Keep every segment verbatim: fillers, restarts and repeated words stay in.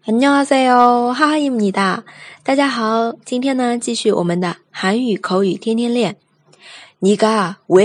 안녕하세요，哈哈입니다。大家好，今天呢继续我们的韩语口语天天练。니가 왜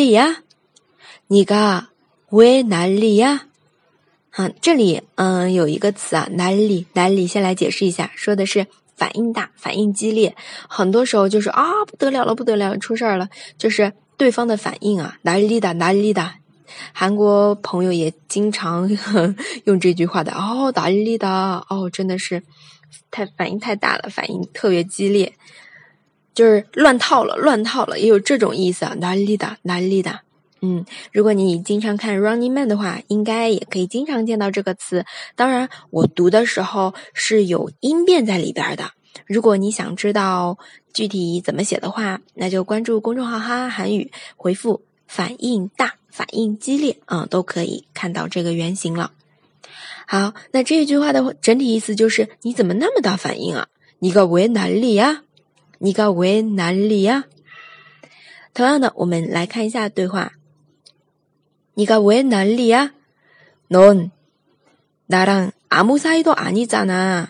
난리야？니가 왜 난리야？好，这里嗯有一个词啊，난리 난리，先来解释一下，说的是反应大、反应激烈。很多时候就是啊不得了了，不得了，出事儿了，就是对方的反应啊，난리다 난리다。韩国朋友也经常用这句话的哦，난리다哦，真的是太反应太大了，反应特别激烈，就是乱套了，乱套了，也有这种意思啊，난리다 난리다。嗯，如果你经常看 Running Man 的话，应该也可以经常见到这个词。当然，我读的时候是有音变在里边的。如果你想知道具体怎么写的话，那就关注公众号哈哈韩语，回复反应大、反应激烈，嗯，都可以看到这个原型了。好，那这一句话的整体意思就是你怎么那么大反应啊？니가 왜 난리야？니가 왜 난리야？同样的，我们来看一下对话。니가 왜 난리야? 넌 나랑 아무 사이도 아니잖아.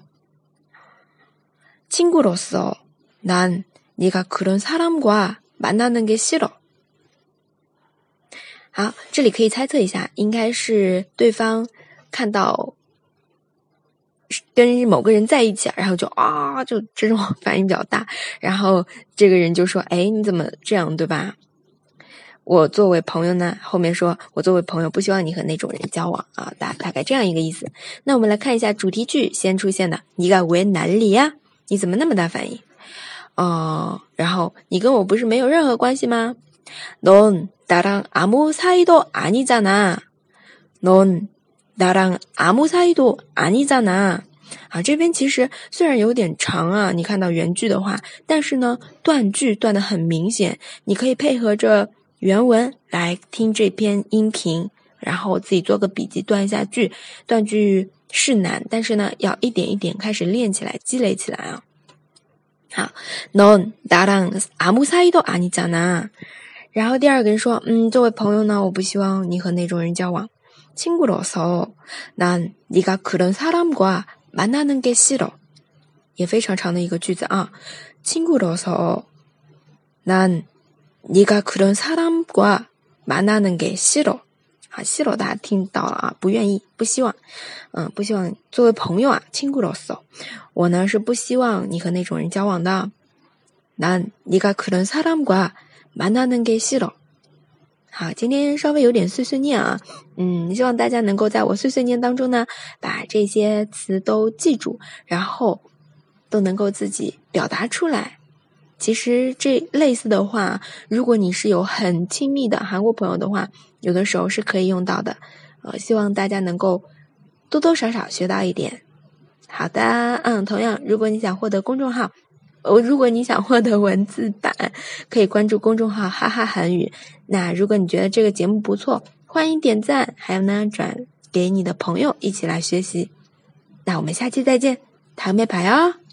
친구로서 난 네가 그런 사람과 만나는 게 싫어. 好，这里可以猜测一下，应该是对方看到跟某个人在一起，然后就啊，就这种反应比较大，然后这个人就说：“哎，你怎么这样，对吧？”我作为朋友呢，后面说我作为朋友不希望你和那种人交往啊，大大概这样一个意思。那我们来看一下主题句先出现的，니가 왜 난리야？你怎么那么大反应？哦，然后你跟我不是没有任何关系吗？넌 나랑 아무 사이도 아니잖아. 넌 나랑 아무 사이도 아니잖아. 啊，这边其实虽然有点长啊，你看到原句的话，但是呢，断句断得很明显，你可以配合着原文来听这篇音频，然后自己做个笔记，断一下句。断句是难，但是呢，要一点一点开始练起来，积累起来啊。好，넌 나랑 아무 사이도 아니잖아。然后第二个人说，嗯，作为朋友呢，我不希望你和那种人交往。친구로서 난 네가 그런 사람과 만나는 게 싫어。也非常长的一个句子啊。친구로서 난 네가 그런 사람과 만나는 게 싫어。好，싫어大家听到了啊，不愿意，不希望，嗯，不希望作为朋友啊，친구로서，我呢是不希望你和那种人交往的。난 네가 그런 사람과 만나는 게 싫어。好，今天稍微有点碎碎念啊，嗯，希望大家能够在我碎碎念当中呢，把这些词都记住，然后都能够自己表达出来。其实这类似的话，如果你是有很亲密的韩国朋友的话，有的时候是可以用到的。呃，希望大家能够多多少少学到一点。好的，嗯，同样，如果你想获得公众号，呃，如果你想获得文字版，可以关注公众号哈哈韩语。那如果你觉得这个节目不错，欢迎点赞，还有呢转给你的朋友一起来学习。那我们下期再见，다음에 봐요。